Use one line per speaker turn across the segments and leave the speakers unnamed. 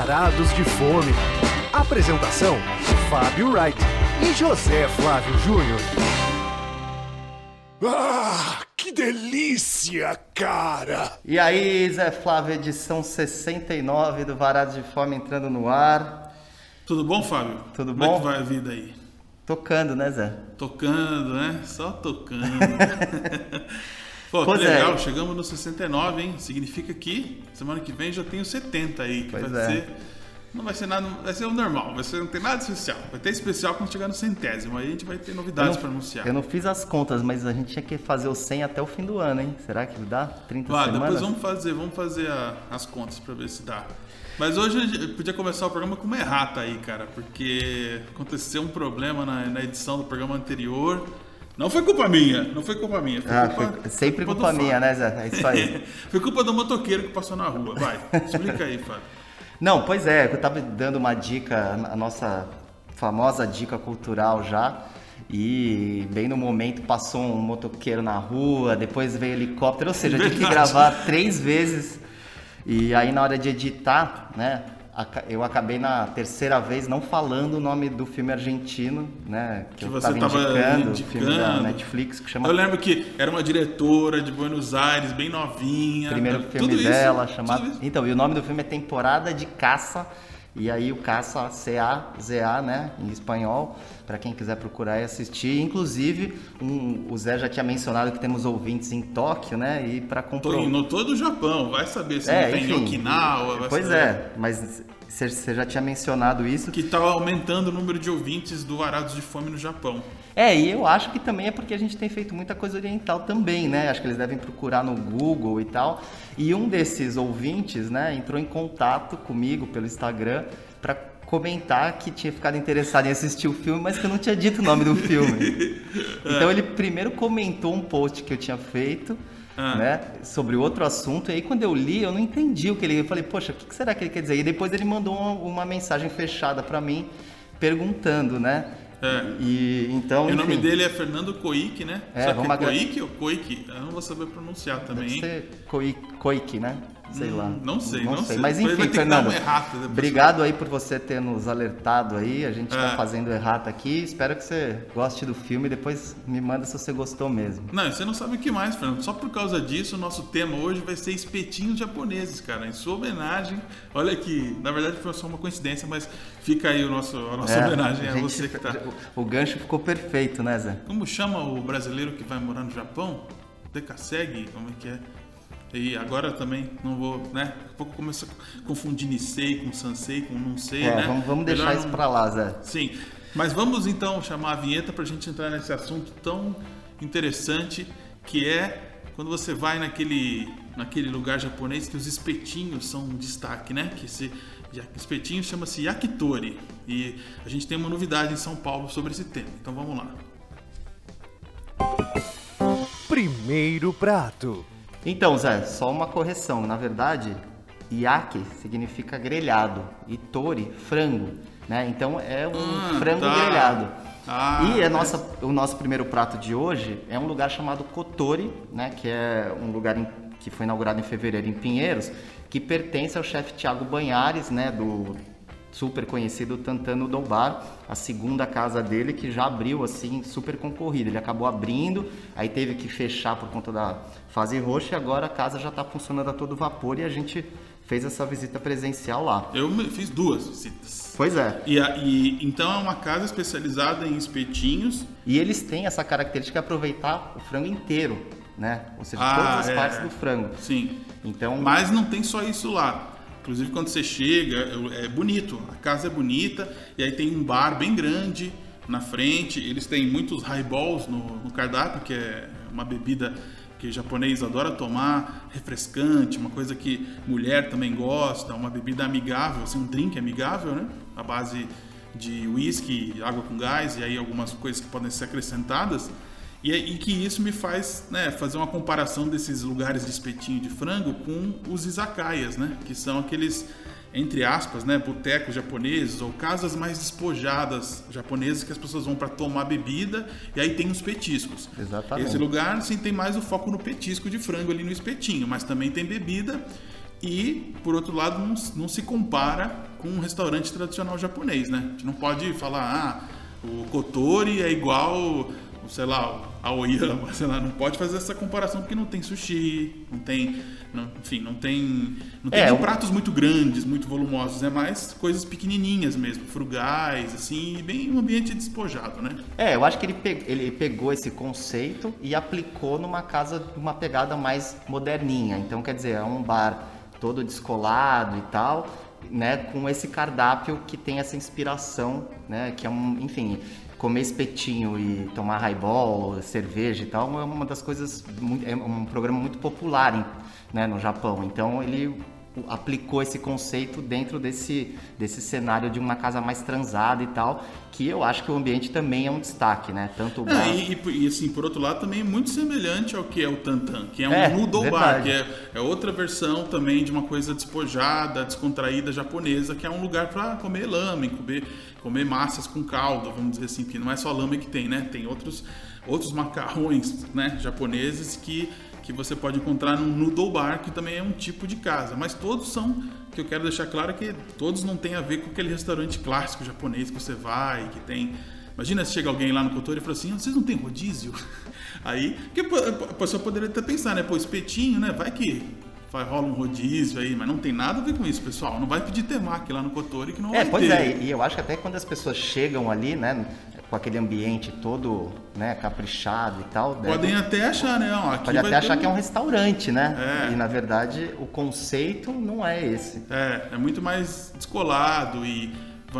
Varados de Fome. Apresentação: Fábio Wright e José Flávio Júnior.
Ah, que delícia, cara!
E aí, Zé Flávio, edição 69 do Varados de Fome entrando no ar.
Tudo bom, Fábio?
Tudo
Como
bom?
é que vai a vida aí?
Tocando, né, Zé?
Tocando, né? Só tocando. Pô,
Pois
que legal,
é.
chegamos no 69, hein? Significa que semana que vem já tenho 70 aí, que
Pois
vai
é.
ser... Não vai ser nada, vai ser o normal, não tem nada de especial. Vai ter especial quando chegar no 100º, aí a gente vai ter novidades para anunciar.
Eu não fiz as contas, mas a gente tinha que fazer o 100 até o fim do ano, hein? Será que dá? 30 semanas?
Depois vamos fazer as contas para ver se dá. Mas hoje a gente podia começar o programa com uma errata aí, cara, porque aconteceu um problema na edição do programa anterior. Não foi culpa minha.
Foi sempre culpa minha, né, Zé? É isso aí.
Foi culpa do motoqueiro que passou na rua. Vai, explica aí, Fábio.
Não, pois é, eu tava dando uma dica, a nossa famosa dica cultural já, e bem no momento passou um motoqueiro na rua, depois veio helicóptero, ou seja, eu tive que gravar 3 vezes, e aí na hora de editar, né, eu acabei na terceira vez não falando o nome do filme argentino, né, que eu
você
tava indicando, o filme da Netflix, que chama...
Eu lembro que era uma diretora de Buenos Aires, bem novinha.
Primeiro filme dela, chamado... Então, e o nome do filme é Temporada de Caça, e aí o caça, C-A-Z-A, né, em espanhol, para quem quiser procurar e assistir. Inclusive, o Zé já tinha mencionado que temos ouvintes em Tóquio, né, e para comprovar...
No todo o Japão, vai saber se não tem em Okinawa.
Pois é, mas você já tinha mencionado isso.
Que está aumentando o número de ouvintes do Varados de Fome no Japão.
E eu acho que também é porque a gente tem feito muita coisa oriental também, né? Acho que eles devem procurar no Google e tal. E um desses ouvintes, né, entrou em contato comigo pelo Instagram para comentar que tinha ficado interessado em assistir o filme, mas que eu não tinha dito o nome do filme. Então ele primeiro comentou um post que eu tinha feito, né, sobre outro assunto, e aí quando eu li, eu não entendi o que ele... Eu falei, poxa, o que será que ele quer dizer? E depois ele mandou uma mensagem fechada para mim, perguntando, né? Então,
e o nome dele é Fernando Coic, né?
Vamos
Coic ou Coic? Eu não vou saber pronunciar também,
Deve
hein?
ser Coic, né? Sei lá.
Não sei.
Mas enfim, Fernando,
obrigado
obrigado aí por você ter nos alertado aí. A gente tá fazendo errata aqui. Espero que você goste do filme e depois me manda se você gostou mesmo.
Não, você não sabe o que mais, Fernando. Só por causa disso, o nosso tema hoje vai ser espetinhos japoneses, cara. Em sua homenagem. Olha que, na verdade, foi só uma coincidência, mas fica aí a nossa homenagem a você que tá...
O gancho ficou perfeito, né, Zé?
Como chama o brasileiro que vai morar no Japão? Dekasegi? Como é que é? E agora também não vou, né? Daqui a pouco começa a confundir Nisei com Sansei, com não sei, né?
Vamos deixar isso pra lá, Zé.
Sim, mas vamos então chamar a vinheta pra gente entrar nesse assunto tão interessante que é quando você vai naquele lugar japonês que os espetinhos são um destaque, né? Espetinho chama-se yakitori e a gente tem uma novidade em São Paulo sobre esse tema, então vamos lá.
Primeiro prato.
Então, Zé, só uma correção. Na verdade, yaki significa grelhado e tori, frango, né? Então é um frango grelhado. O nosso primeiro prato de hoje é um lugar chamado Kotori, né? Que é um lugar que foi inaugurado em fevereiro em Pinheiros, que pertence ao chefe Thiago Banhares, né? Do super conhecido Tantan Noodle Bar, a segunda casa dele, que já abriu assim, super concorrida. Ele acabou abrindo, aí teve que fechar por conta da fase roxa e agora a casa já está funcionando a todo vapor e a gente fez essa visita presencial lá.
Eu fiz 2 visitas.
Pois é.
E então é uma casa especializada em espetinhos.
E eles têm essa característica de aproveitar o frango inteiro, né? Ou seja, todas as partes do frango.
Sim.
Então...
Mas não tem só isso lá. Inclusive quando você chega, é bonito, a casa é bonita, e aí tem um bar bem grande na frente, eles têm muitos highballs no cardápio, que é uma bebida que o japonês adora tomar, refrescante, uma coisa que mulher também gosta, uma bebida amigável, assim, um drink amigável, né? À base de whisky, água com gás e aí algumas coisas que podem ser acrescentadas. E que isso me faz, né, fazer uma comparação desses lugares de espetinho de frango com os izakayas, né, que são aqueles, entre aspas, né, botecos japoneses ou casas mais despojadas japonesas que as pessoas vão para tomar bebida e aí tem os petiscos.
Exatamente.
Esse lugar, sim, tem mais o foco no petisco de frango ali no espetinho, mas também tem bebida E, por outro lado, não se compara com um restaurante tradicional japonês, né? A gente não pode falar, o Kotori é igual, sei lá, a Oyama, sei lá, não pode fazer essa comparação porque não tem sushi, não tem pratos muito grandes, muito volumosos, é mais coisas pequenininhas mesmo, frugais, assim, e bem um ambiente despojado, né?
Eu acho que ele pegou esse conceito e aplicou numa casa, uma pegada mais moderninha. Então, quer dizer, é um bar todo descolado e tal, né, com esse cardápio que tem essa inspiração, né, que é enfim, comer espetinho e tomar highball, cerveja e tal, é uma das coisas, é um programa muito popular, né, no Japão. Então ele aplicou esse conceito dentro desse cenário de uma casa mais transada e tal, que eu acho que o ambiente também é um destaque, né? Tanto
e assim, por outro lado, também é muito semelhante ao que é o Tantan, que é um noodle bar, que é outra versão também de uma coisa despojada, descontraída japonesa, que é um lugar para comer lamen, comer massas com caldo, vamos dizer assim, que não é só lamen que tem, né? Tem outros macarrões, né, japoneses que você pode encontrar num noodle bar, que também é um tipo de casa. Mas todos são, que eu quero deixar claro que todos não tem a ver com aquele restaurante clássico japonês que você vai, que tem... Imagina se chega alguém lá no Kotori e fala assim, vocês não tem rodízio? Aí, que a pessoa poderia até pensar, né? Pô, espetinho, né? Vai que rola um rodízio aí, mas não tem nada a ver com isso, pessoal. Não vai pedir temaki lá no Kotori que não vai ter.
Pois é, e eu acho que até quando as pessoas chegam ali, né, com aquele ambiente todo, né, caprichado e tal...
Podem até achar, né?
Pode até achar que é um restaurante, né? E, na verdade, o conceito não é esse.
É muito mais descolado e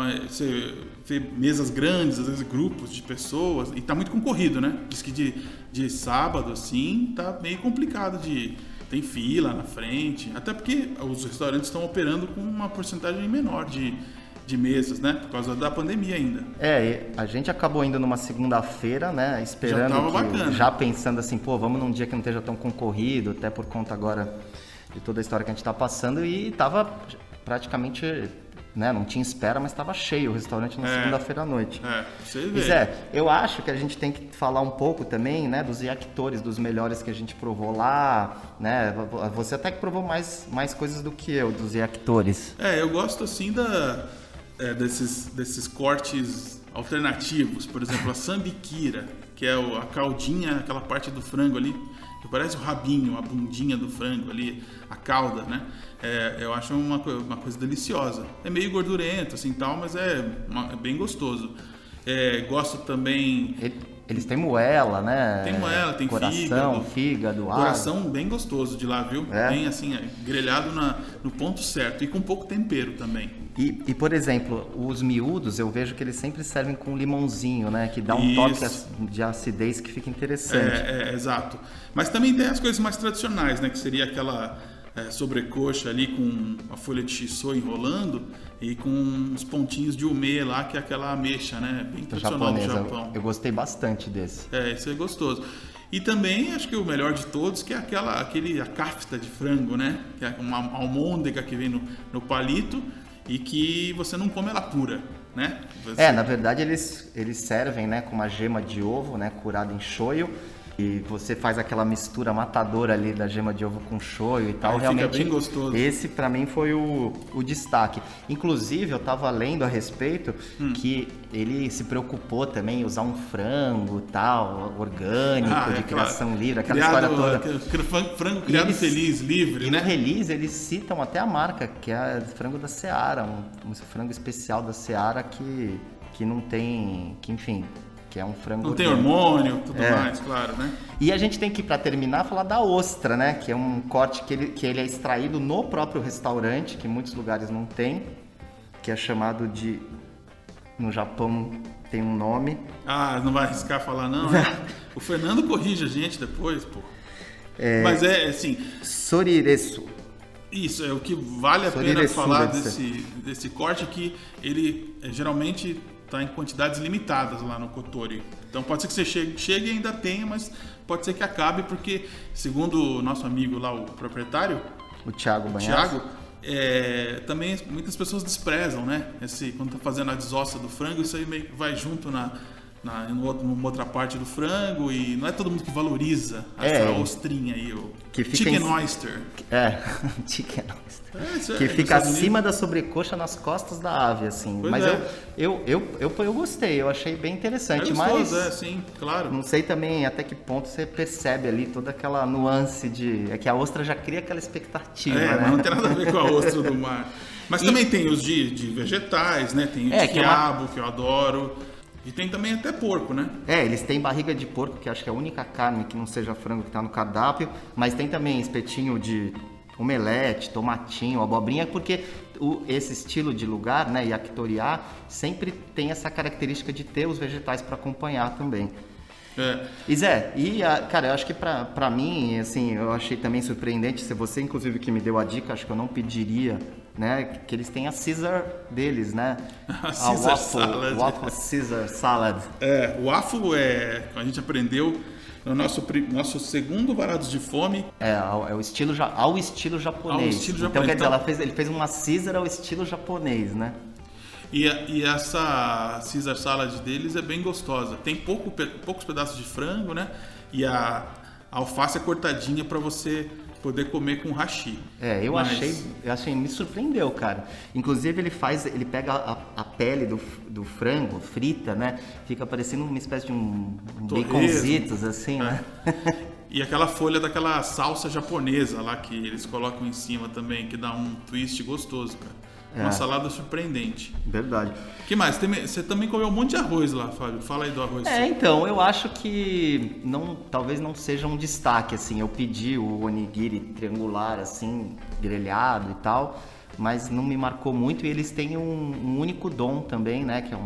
você vê mesas grandes, às vezes grupos de pessoas, e tá muito concorrido, né? Diz que de sábado, assim, tá meio complicado tem fila na frente, até porque os restaurantes estão operando com uma porcentagem menor de mesas, né? Por causa da pandemia ainda.
A gente acabou indo numa segunda-feira, né? Esperando,
já tava bacana.
Já pensando assim, vamos num dia que não esteja tão concorrido, até por conta agora de toda a história que a gente tá passando, e tava praticamente, né? Não tinha espera, mas estava cheio o restaurante na segunda-feira à noite.
Você vê.
Eu acho que a gente tem que falar um pouco também, né? Dos yakitores, dos melhores que a gente provou lá, né? Você até que provou mais coisas do que eu, dos yakitores.
Eu gosto assim desses cortes alternativos, por exemplo, a sambikira, que é a caldinha, aquela parte do frango ali, que parece o rabinho, a bundinha do frango ali, a cauda, né? Eu acho uma coisa deliciosa. É meio gordurento, assim, tal, mas é bem gostoso. Gosto também...
Eles têm moela, né?
Tem moela, tem
fígado,
coração bem gostoso de lá, viu? Bem assim, grelhado no ponto certo e com pouco tempero também.
E, por exemplo, os miúdos, eu vejo que eles sempre servem com limãozinho, né? Que dá um toque de acidez que fica interessante.
Exato. Mas também tem as coisas mais tradicionais, né? Que seria aquela sobrecoxa ali com a folha de shiso enrolando e com uns pontinhos de umê lá, que é aquela ameixa, né? Bem tradicional do Japão.
Eu gostei bastante desse.
Isso é gostoso. E também, acho que o melhor de todos, que é a kafta de frango, né? Que é uma almôndega que vem no palito e que você não come ela pura, né?
Na verdade eles servem, né, com uma gema de ovo, né, curada em shoyu, e você faz aquela mistura matadora ali da gema de ovo com shoyu e tal. Realmente
fica bem gostoso.
Esse pra mim foi o destaque. Inclusive eu tava lendo a respeito que ele se preocupou também em usar um frango tal, orgânico, de criação livre, aquela história toda.
Frango criado feliz, livre, né?
No release eles citam até a marca, que é frango da Seara, um frango especial da Seara que não tem, que enfim... que é um frango...
Não tem hormônio, tudo mais, claro, né?
E a gente tem que, para terminar, falar da ostra, né? Que é um corte que ele é extraído no próprio restaurante, que em muitos lugares não tem, que é chamado de... No Japão tem um nome.
Não vai arriscar falar não, né? O Fernando corrige a gente depois, pô. Mas assim...
Soriresu.
Isso, é o que vale a pena falar desse corte, que ele geralmente... está em quantidades limitadas lá no Kotori. Então pode ser que você chegue e ainda tenha, mas pode ser que acabe, porque segundo o nosso amigo lá, o proprietário,
o Thiago Banhasso,
também muitas pessoas desprezam, né? Quando tá fazendo a desossa do frango, isso aí meio que vai junto numa outra parte do frango, e não é todo mundo que valoriza essa ostrinha aí, o chicken oyster.
Chicken oyster. Que fica acima da sobrecoxa nas costas da ave, assim.
Pois
mas eu gostei, eu achei bem interessante.
Gostoso,
mas
sim, claro.
Não sei também até que ponto você percebe ali toda aquela nuance é que a ostra já cria aquela expectativa, né?
Mas não tem nada a ver com a ostra do mar. Mas também tem os de vegetais, né? Tem o de quiabo, que eu adoro. E tem também até porco, né?
Eles têm barriga de porco, que acho que é a única carne que não seja frango que tá no cardápio. Mas tem também espetinho de omelete, tomatinho, abobrinha, porque esse estilo de lugar, né, yakitoriá, sempre tem essa característica de ter os vegetais para acompanhar também. E Zé, cara, eu acho que pra mim, assim, eu achei também surpreendente, se você inclusive que me deu a dica, acho que eu não pediria, né, que eles têm a Caesar deles, né?
A Caesar Salad.
Waffle Caesar Salad.
O waffle a gente aprendeu no nosso segundo Varados de Fome.
Ao estilo japonês. Então, quer dizer, ele fez uma Caesar ao estilo japonês, né?
E essa Caesar Salad deles é bem gostosa. Tem poucos pedaços de frango, né? E a alface é cortadinha para você poder comer com hashi.
Eu achei, me surpreendeu, cara. Inclusive ele pega a pele do frango frita, né? Fica parecendo uma espécie de um baconzitos, assim, né?
E aquela folha daquela salsa japonesa lá que eles colocam em cima também, que dá um twist gostoso, cara. Uma salada surpreendente.
Verdade.
O que mais? Você também comeu um monte de arroz lá, Fábio. Fala aí do arroz.
Então, eu acho que talvez não seja um destaque, assim. Eu pedi o onigiri triangular, assim, grelhado e tal, mas não me marcou muito. E eles têm um único dom também, né? Que é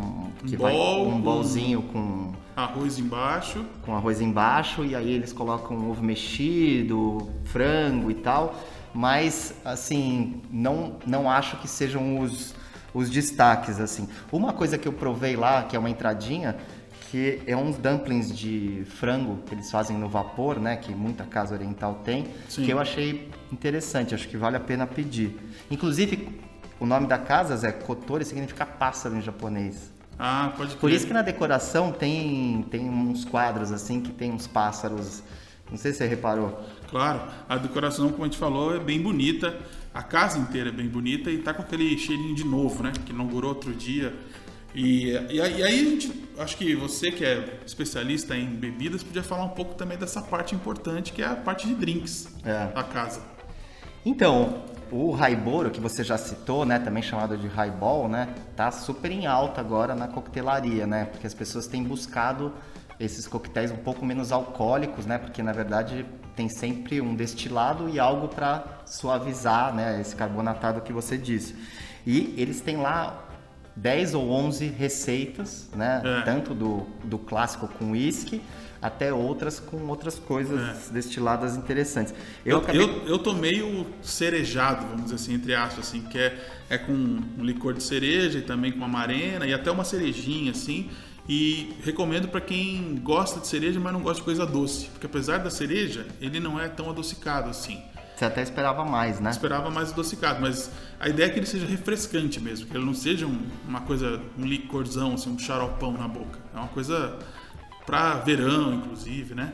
um bolzinho com
arroz embaixo.
Com arroz embaixo, e aí eles colocam ovo mexido, frango e tal. Mas, assim, não acho que sejam os destaques, assim. Uma coisa que eu provei lá, que é uma entradinha, que é uns dumplings de frango que eles fazem no vapor, né? Que muita casa oriental tem, que eu achei interessante, acho que vale a pena pedir. Inclusive, o nome da casa, Zé, Kotori, significa pássaro em japonês.
Pode crer.
Por isso que na decoração tem uns quadros, assim, que tem uns pássaros. Não sei se você reparou.
Claro, a decoração, como a gente falou, é bem bonita. A casa inteira é bem bonita e tá com aquele cheirinho de novo, né? Que inaugurou outro dia. E aí a gente, acho que você que é especialista em bebidas, podia falar um pouco também dessa parte importante, que é a parte de drinks da casa.
Então, o Haiboro, que você já citou, né? Também chamado de highball, né? Tá super em alta agora na coquetelaria, né? Porque as pessoas têm buscado esses coquetéis um pouco menos alcoólicos, né? Porque na verdade tem sempre um destilado e algo para suavizar, né? Esse carbonatado que você disse. E eles têm lá 10 ou 11 receitas, né? Tanto do clássico com whisky até outras com outras coisas destiladas interessantes.
Eu tô meio cerejado, vamos dizer assim, entre aspas, assim, que é com um licor de cereja e também com amarena e até uma cerejinha, assim. E recomendo para quem gosta de cereja, mas não gosta de coisa doce. Porque apesar da cereja, ele não é tão adocicado assim.
Você até esperava mais, né?
Esperava mais adocicado, mas a ideia é que ele seja refrescante mesmo. Que ele não seja uma coisa, um licorzão, assim, um xaropão na boca. É uma coisa para verão, inclusive, né?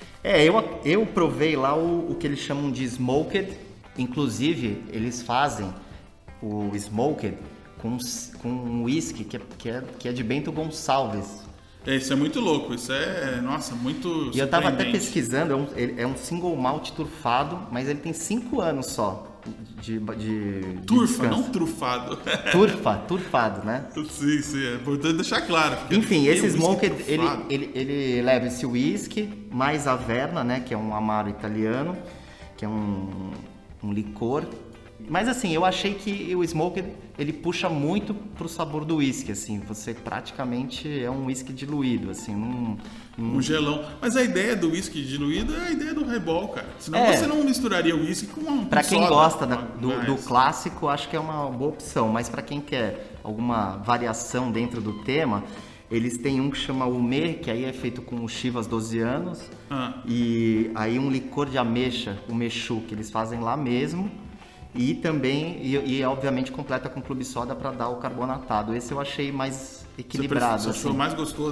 Eu provei lá o que eles chamam de smoked. Inclusive, eles fazem o smoked com um whisky que é de Bento Gonçalves.
Isso é muito louco, isso é, nossa, muito.
E eu tava até pesquisando, é um single malt turfado, mas ele tem 5 anos só de
Turfa, não trufado.
Turfado, né?
Sim, é importante deixar claro.
Enfim, esse smoked, ele leva esse whisky, mais Averna, né, que é um amaro italiano, que é um licor. Mas assim, eu achei que o smoked, ele puxa muito pro sabor do whisky, assim, você praticamente é um whisky diluído, assim,
um gelão. Mas a ideia do whisky diluído é a ideia do highball, cara. Senão você não misturaria o whisky com uma
Pra quem gosta do clássico, acho que é uma boa opção, mas pra quem quer alguma variação dentro do tema, eles têm um que chama Umê, que aí é feito com chivas 12 anos, e aí um licor de ameixa, o Mechu, que eles fazem lá mesmo. E também, e obviamente completa com clube soda para dar o carbonatado. Esse eu achei mais equilibrado.
Você achou mais gostoso?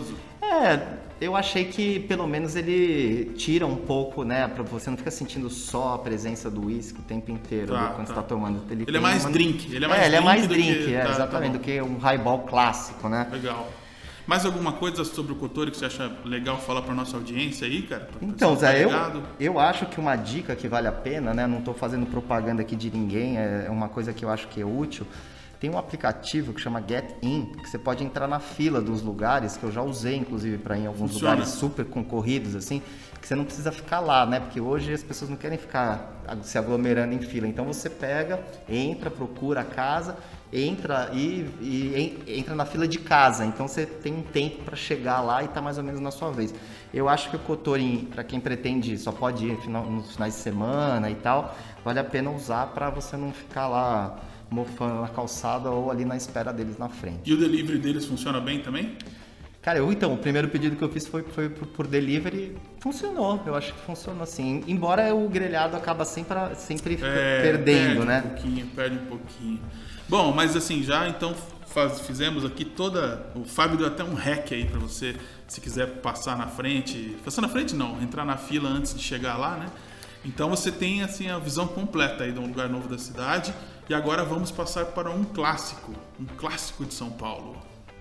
Eu achei que pelo menos ele tira um pouco, né? Pra você não ficar sentindo só a presença do uísque o tempo inteiro quando você tá tomando.
Ele é mais drink.
Ele é mais drink, exatamente, do que um highball clássico, né?
Legal. Mais alguma coisa sobre o Kotori que você acha legal falar para nossa audiência aí, cara?
Então, Zé, eu acho que uma dica que vale a pena, né? Não tô fazendo propaganda aqui de ninguém, é uma coisa que eu acho que é útil. Tem um aplicativo que chama Get In, que você pode entrar na fila dos lugares, que eu já usei, inclusive, para ir em alguns lugares super concorridos, assim, que você não precisa ficar lá, né? Porque hoje as pessoas não querem ficar se aglomerando em fila. Então você pega, entra, procura a casa, entra entra na fila de casa. Então você tem um tempo para chegar lá e tá mais ou menos na sua vez. Eu acho que o Kotori, para quem pretende, só pode ir nos finais de semana e tal, vale a pena usar para você não ficar lá mofando na calçada ou ali na espera deles na frente.
E o delivery deles funciona bem também?
Cara, o primeiro pedido que eu fiz foi por delivery, funcionou, eu acho que funcionou assim, embora o grelhado acaba sempre perdendo, né?
Perde um pouquinho. Bom, mas assim, já então fizemos aqui o Fábio deu até um hack aí pra você, se quiser passar na frente não, entrar na fila antes de chegar lá, né? Então você tem assim a visão completa aí de um lugar novo da cidade. E agora vamos passar para um clássico de São Paulo.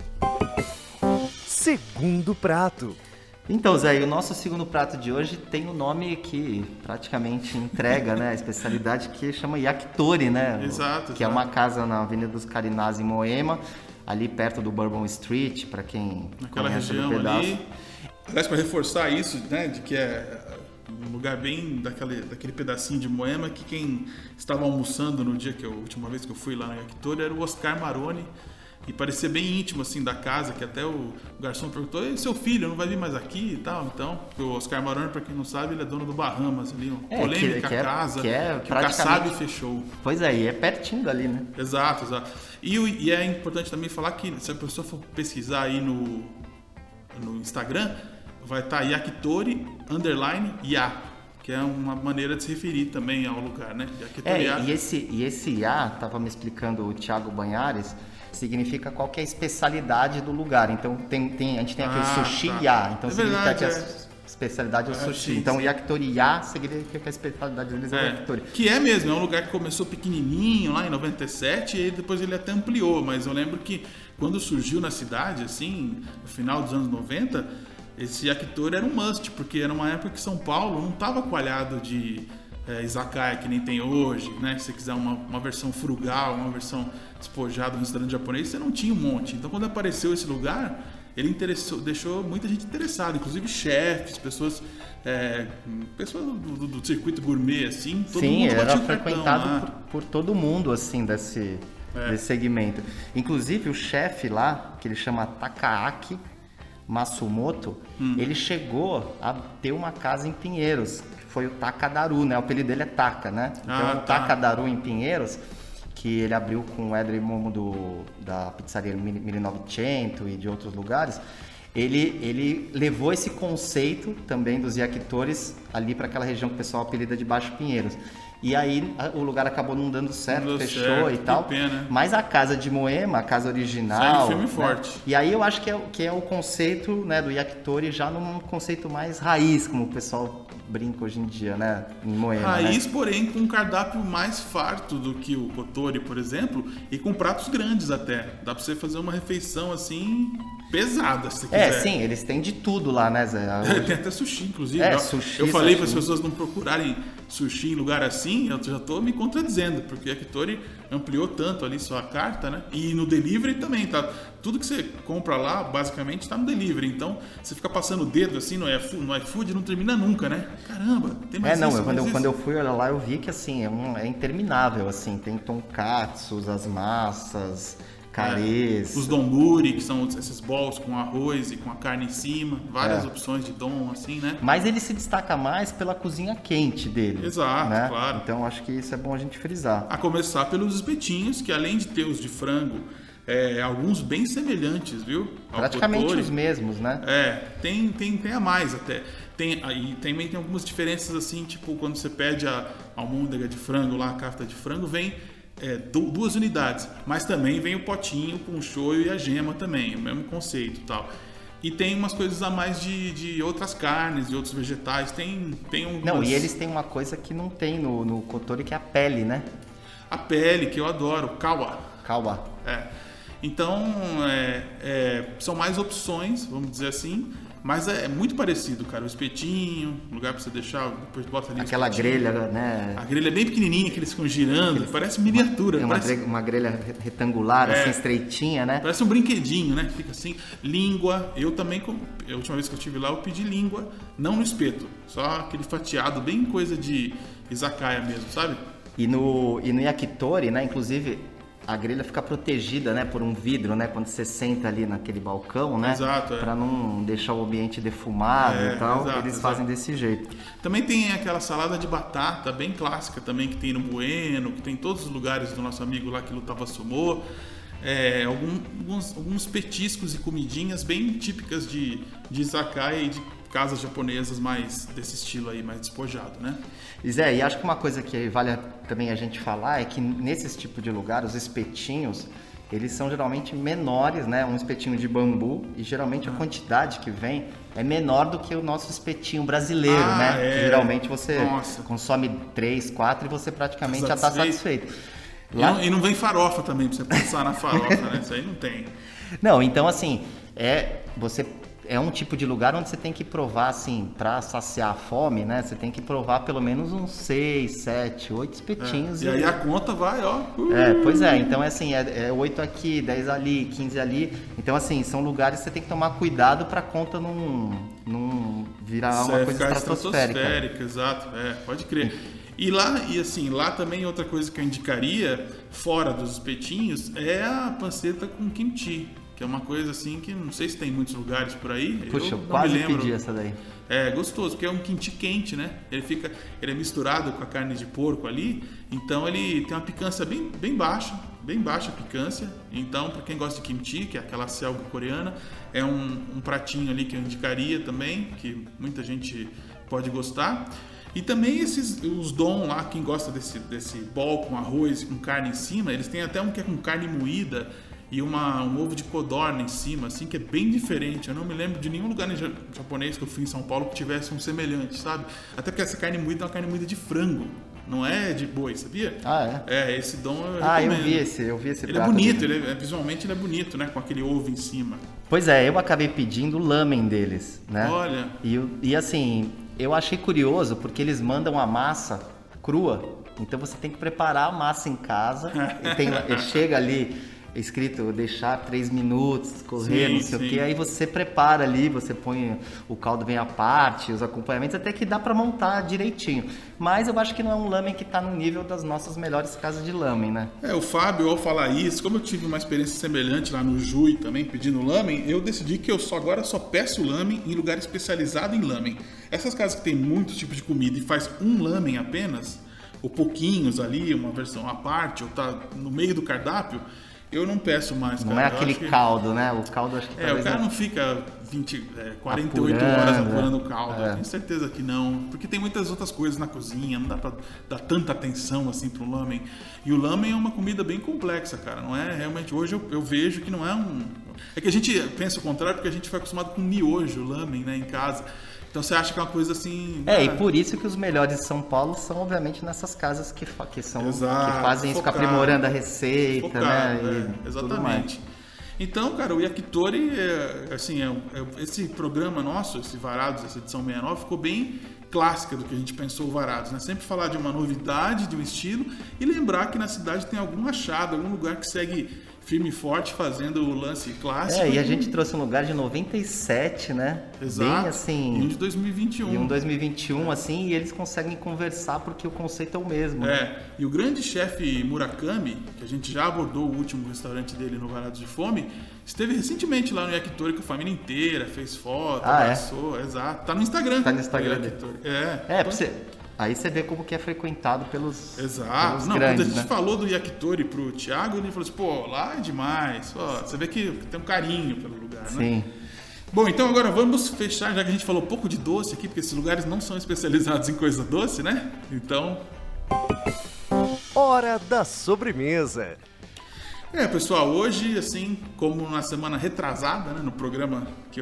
Segundo prato.
Então, Zé, o nosso segundo prato de hoje tem um nome que praticamente entrega, né, a especialidade, que chama Yakitori, né?
Exato.
Que é uma casa na Avenida dos Carinás, em Moema, ali perto do Bourbon Street, para quem
naquela
conhece
região
o pedaço.
Ali. Aliás, para reforçar isso, né, de que é um lugar bem daquele pedacinho de Moema, que quem estava almoçando no dia a última vez que eu fui lá no Yakitori era o Oscar Maroni, e parecia bem íntimo assim da casa, que até o garçom perguntou: "E seu filho não vai vir mais aqui e tal?" Então, o Oscar Maroni, para quem não sabe, ele é dono do Bahamas ali, uma polêmica casa que o Kasabi fechou.
Pois é, e é pertinho dali, né?
Exato. E é importante também falar que se a pessoa for pesquisar aí no Instagram, vai estar Yakitori_Ya, que é uma maneira de se referir também ao lugar, né?
E esse Ya, estava me explicando o Thiago Banhares, significa qual que é a especialidade do lugar. Então a gente tem aqui o Sushi Ya, então significa que a especialidade é o sushi. Sim, então Yakitori Ya significa que a especialidade deles é o Yakitori.
Que é mesmo, é um lugar que começou pequenininho lá em 97 e depois ele até ampliou, mas eu lembro que quando surgiu na cidade, assim, no final dos anos 90, esse Yakitori era um must, porque era uma época que São Paulo não estava coalhado de izakaya que nem tem hoje, né? Se você quiser uma versão frugal, uma versão despojada no restaurante japonês, você não tinha um monte. Então quando apareceu esse lugar, ele deixou muita gente interessada, inclusive chefes, pessoas do circuito gourmet, assim, todo mundo batia o cartão. Sim, era frequentado
por todo mundo, assim, desse segmento. Inclusive o chefe lá, que ele chama Takaaki Matsumoto, ele chegou a ter uma casa em Pinheiros, que foi o Takadaru, né? O apelido dele é Taka, né? Então o Takadaru em Pinheiros, que ele abriu com o Edre Momo da pizzaria 1900 e de outros lugares, ele levou esse conceito também dos yakitoris ali para aquela região que o pessoal apelida de Baixo Pinheiros. E aí o lugar acabou não dando certo, fechou e tal.
Pena.
Mas a casa de Moema, a casa original...
Sai firme e forte.
E aí eu acho que é o conceito, né, do yakitori já num conceito mais raiz, como o pessoal brinca hoje em dia, né, em Moema.
Raiz,
né?
Porém, com um cardápio mais farto do que o Kotori, por exemplo, e com pratos grandes até. Dá pra você fazer uma refeição assim... pesada, se quiser.
Sim, eles têm de tudo lá, né, Zé?
Tem até sushi, inclusive.
Sushi,
eu falei para as pessoas não procurarem sushi em lugar assim, eu já tô me contradizendo, porque a Yakitori ampliou tanto ali sua carta, né? E no delivery também, tá? Tudo que você compra lá, basicamente, está no delivery. Então, você fica passando o dedo assim no iFood, não termina nunca, né? Caramba, tem mais isso,
quando eu fui olhar lá, eu vi que, assim, é interminável, assim. Tem tonkatsus, as massas...
Os donburi, que são esses bowls com arroz e com a carne em cima, várias opções de don, assim, né?
Mas ele se destaca mais pela cozinha quente dele.
Exato,
né?
Claro.
Então acho que isso é bom a gente frisar.
A começar pelos espetinhos, que além de ter os de frango, alguns bem semelhantes, viu?
Praticamente
Kotori.
Os mesmos, né?
Tem a mais até. E também tem algumas diferenças assim, tipo quando você pede a almôndega de frango lá, a kafta de frango, vem... 2 unidades, mas também vem o potinho com o shoyu e a gema também, o mesmo conceito e tal. E tem umas coisas a mais de outras carnes, de outros vegetais. Tem algumas...
Não, e eles têm uma coisa que não tem no Kotori, que é a pele, né?
A pele, que eu adoro, kawa.
Kawa.
Então, são mais opções, vamos dizer assim. Mas é muito parecido, cara. O espetinho, lugar pra você deixar, depois bota ali
aquela grelha, né?
A grelha é bem pequenininha, que eles ficam girando, parece miniatura.
Uma grelha retangular, assim, estreitinha, né?
Parece um brinquedinho, né? Fica assim. Língua, eu também, a última vez que eu estive lá, eu pedi língua, não no espeto, só aquele fatiado, bem coisa de izakaya mesmo, sabe?
E no yakitori, né, inclusive... A grelha fica protegida, né, por um vidro, né, quando você senta ali naquele balcão, né?
Exato,
para não deixar o ambiente defumado e tal, eles fazem desse jeito.
Também tem aquela salada de batata, bem clássica também, que tem no Bueno, que tem em todos os lugares do nosso amigo lá que lutava sumô. Alguns petiscos e comidinhas bem típicas de izakaya e de casas japonesas mais desse estilo aí, mais despojado, né?
Zé, e acho que uma coisa que vale também a gente falar é que nesses tipos de lugar, os espetinhos, eles são geralmente menores, né? Um espetinho de bambu, e geralmente a quantidade que vem é menor do que o nosso espetinho brasileiro, né? Que geralmente você consome 3, 4 e você praticamente já está satisfeito.
E não vem farofa também, pra você passar na farofa, né? Isso aí não tem.
Não, então assim, é um tipo de lugar onde você tem que provar, assim, para saciar a fome, né? Você tem que provar pelo menos uns 6, 7, 8 espetinhos.
E aí a conta vai, ó.
Pois é. Então, é assim, 8 aqui, 10 ali, 15 ali. Então, assim, são lugares que você tem que tomar cuidado para a conta não virar uma coisa estratosférica.
Exato. Pode crer. E lá também outra coisa que eu indicaria, fora dos espetinhos, é a panceta com kimchi. Que é uma coisa assim que não sei se tem em muitos lugares por aí.
Puxa, eu quase pedi essa daí.
É gostoso, porque é um kimchi quente, né? Ele é misturado com a carne de porco ali, então ele tem uma picância bem baixa a picância. Então, para quem gosta de kimchi, que é aquela selga coreana, é um pratinho ali que eu indicaria também, que muita gente pode gostar. E também os don lá, quem gosta desse bol com arroz e com carne em cima, eles têm até um que é com carne moída, e um ovo de codorna em cima, assim, que é bem diferente. Eu não me lembro de nenhum lugar japonês que eu fui em São Paulo que tivesse um semelhante, sabe? Até porque essa carne moída é uma carne moída de frango, não é de boi, sabia? Esse dom eu recomendo.
Eu vi esse
ele prato. É bonito, visualmente ele é bonito, né? Com aquele ovo em cima.
Pois é, eu acabei pedindo o lamen deles, né?
Olha.
E assim, eu achei curioso porque eles mandam a massa crua, então você tem que preparar a massa em casa, chega ali... escrito deixar 3 minutos, correr, não sei o que, aí você prepara ali, você põe o caldo vem à parte, os acompanhamentos, até que dá para montar direitinho. Mas eu acho que não é um lamen que tá no nível das nossas melhores casas de lamen, né?
O Fábio, ao falar isso, como eu tive uma experiência semelhante lá no Jui também, pedindo lamen, eu decidi que eu agora só peço lamen em lugar especializado em lamen. Essas casas que tem muitos tipos de comida e faz um lamen apenas, ou pouquinhos ali, uma versão à parte, ou tá no meio do cardápio, eu não peço mais, cara.
Não é aquele caldo, né? O caldo acho que
o cara não fica 48 horas apurando o caldo. Eu tenho certeza que não. Porque tem muitas outras coisas na cozinha, não dá pra dar tanta atenção assim pro lamen. E o lamen é uma comida bem complexa, cara. Não é realmente... Hoje eu vejo que não é um... É que a gente pensa o contrário porque a gente foi acostumado com miojo, lamen, né, em casa. Então você acha que é uma coisa assim...
E por isso que os melhores de São Paulo são, obviamente, nessas casas que fazem isso, aprimorando a receita, né?
Exatamente. Então, cara, o Yakitori, esse programa nosso, esse Varados, essa edição 69, ficou bem clássica do que a gente pensou o Varados, né? Sempre falar de uma novidade, de um estilo, e lembrar que na cidade tem algum achado, algum lugar que segue firme e forte fazendo o lance clássico.
E a gente trouxe um lugar de 97, né?
Exato.
Bem assim...
E um de 2021.
E um 2021, assim, e eles conseguem conversar porque o conceito é o mesmo.
E o grande chefe Murakami, que a gente já abordou o último restaurante dele no Varados de Fome, esteve recentemente lá no Yakitori com a família inteira, fez foto, abraçou, exato. Tá no Instagram.
Tá no Instagram dele. Pra você... Aí você vê como que é frequentado pelos grandes,
quando a gente falou do Yakitori pro Thiago, ele falou assim, lá é demais. Você vê que tem um carinho pelo lugar, né?
Sim.
Bom, então agora vamos fechar, já que a gente falou um pouco de doce aqui, porque esses lugares não são especializados em coisa doce, né? Então...
Hora da sobremesa.
Pessoal, hoje, assim, como na semana retrasada, né, no programa que eu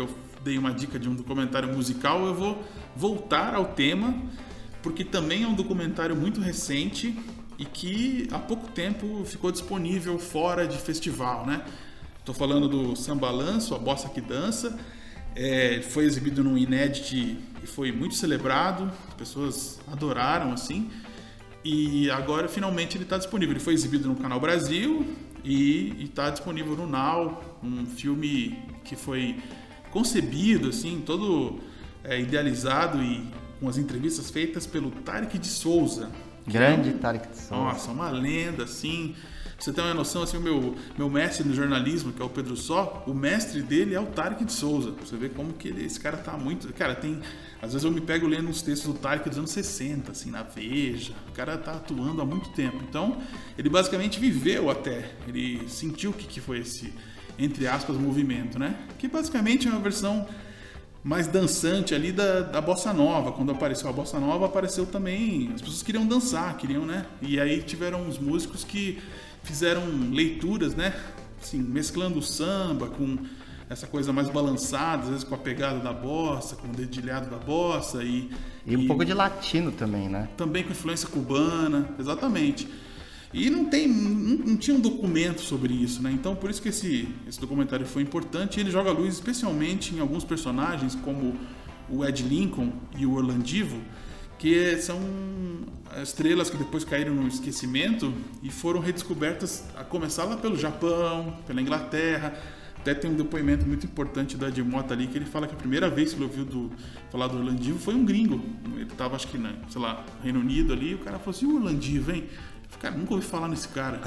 dei uma dica de um documentário musical, eu vou voltar ao tema, porque também é um documentário muito recente e que há pouco tempo ficou disponível fora de festival, né? Estou falando do Sambalanço, a Bossa que Dança. Foi exibido no Inédit e foi muito celebrado, as pessoas adoraram, assim. E agora, finalmente, ele está disponível. Ele foi exibido no Canal Brasil e está disponível no Now, um filme que foi concebido, assim, todo idealizado e com as entrevistas feitas pelo Tarek de Souza.
Grande Tarek de Souza.
Nossa, uma lenda, assim. Pra você ter uma noção, assim, o meu mestre no jornalismo, que é o Pedro Só, o mestre dele é o Tarek de Souza. Você vê como que esse cara tá muito... Cara, às vezes eu me pego lendo os textos do Tarek dos anos 60, assim, na Veja. O cara tá atuando há muito tempo. Então, ele basicamente viveu até. Ele sentiu o que foi esse, entre aspas, movimento, né? Que basicamente é uma versão mais dançante ali da Bossa Nova. Quando apareceu a Bossa Nova, apareceu também... As pessoas queriam dançar, né? E aí tiveram uns músicos que fizeram leituras, né? Assim, mesclando o samba com essa coisa mais balançada, às vezes com a pegada da bossa, com o dedilhado da bossa e
um pouco de latino também, né?
Também com influência cubana, exatamente. E não tinha um documento sobre isso, né? Então, por isso que esse documentário foi importante. Ele joga luz especialmente em alguns personagens, como o Ed Lincoln e o Orlandivo, que são estrelas que depois caíram no esquecimento e foram redescobertas, a começar lá pelo Japão, pela Inglaterra. Até tem um depoimento muito importante da Ed Mota ali, que ele fala que a primeira vez que ele ouviu falar do Orlandivo foi um gringo. Ele estava, acho que, no Reino Unido ali, e o cara falou assim: o Orlandivo, hein? Cara, nunca ouvi falar nesse cara.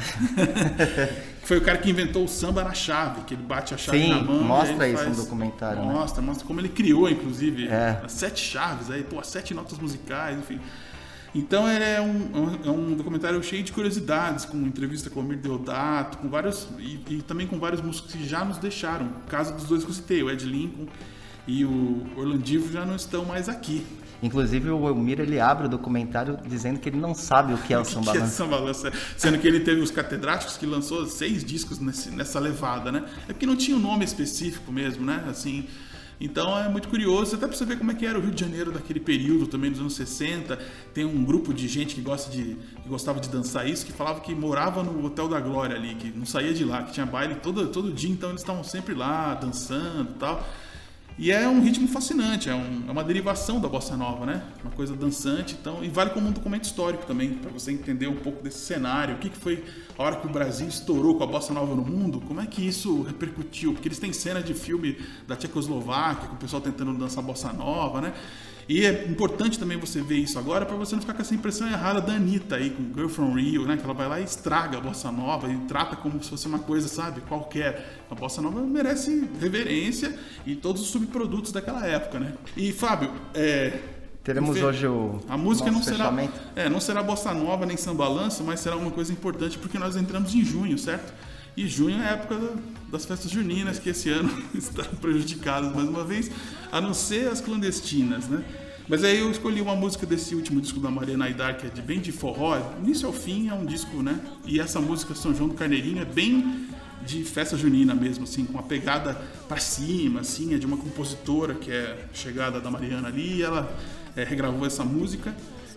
Foi o cara que inventou o samba na chave, que ele bate a chave na mão.
Mostra isso no documentário.
Mostra como ele criou, inclusive, as 7 chaves, aí, as 7 notas musicais, enfim. Então é um documentário cheio de curiosidades, com entrevista com o Amir Deodato, com vários, e também com vários músicos que já nos deixaram. O caso dos dois que eu citei, o Ed Lincoln e o Orlandivo, já não estão mais aqui.
Inclusive o Elmir, ele abre o documentário dizendo que ele não sabe o que é o Sambalanço.
Sendo que ele teve os catedráticos que lançou 6 discos nessa levada, né? É porque não tinha um nome específico mesmo, né? Assim, então é muito curioso, até pra você ver como é que era o Rio de Janeiro daquele período, também dos anos 60. Tem um grupo de gente que gostava de dançar isso, que falava que morava no Hotel da Glória ali, que não saía de lá, que tinha baile todo dia, então eles estavam sempre lá, dançando e tal. E é um ritmo fascinante, é uma derivação da bossa nova, né? Uma coisa dançante, então, e vale como um documento histórico também, para você entender um pouco desse cenário, o que foi a hora que o Brasil estourou com a bossa nova no mundo, como é que isso repercutiu, porque eles têm cena de filme da Tchecoslováquia, com o pessoal tentando dançar bossa nova, né? E é importante também você ver isso agora para você não ficar com essa impressão errada da Anitta aí, com Girl From Rio, né? Que ela vai lá e estraga a bossa nova e trata como se fosse uma coisa, sabe, qualquer. A bossa nova merece reverência e todos os subprodutos daquela época, né? E, Fábio,
teremos hoje
a música não será bossa nova nem sambalanço, mas será uma coisa importante porque nós entramos em junho, certo? E junho é a época das festas juninas, que esse ano estão prejudicadas mais uma vez, a não ser as clandestinas, né? Mas aí eu escolhi uma música desse último disco da Mariana Aidar, que é bem de forró, início ao fim é um disco, né? E essa música São João do Carneirinho é bem de festa junina mesmo, assim, com uma pegada pra cima, assim, é de uma compositora que é chegada da Mariana ali, e ela regravou essa música.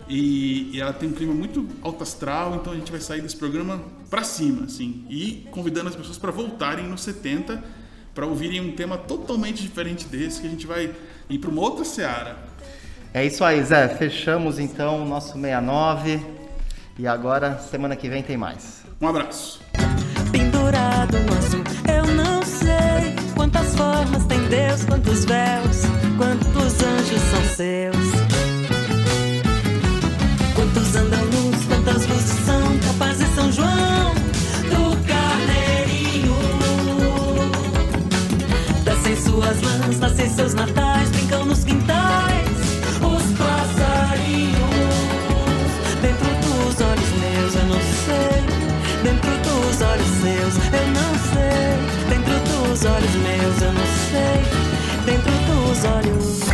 E ela tem um clima muito alto astral, então a gente vai sair desse programa pra cima, assim, e convidando as pessoas para voltarem nos 70 para ouvirem um tema totalmente diferente desse, que a gente vai ir para uma outra seara.
É isso aí, Zé. Fechamos então o nosso 69 e agora, semana que vem, tem mais.
Um abraço.
Pendurado no azul, eu não sei quantas formas tem Deus, quantos véus, quantos anjos são seus. Quantos andaluz, quantas luzes são capazes São João do Carneirinho. Descem suas lãs, nascem seus natais, brincam nos quintais os passarinhos. Dentro dos olhos meus eu não sei, dentro dos olhos seus eu não sei, dentro dos olhos meus eu não sei, dentro dos olhos.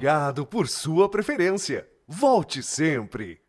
obrigado por sua preferência. Volte sempre!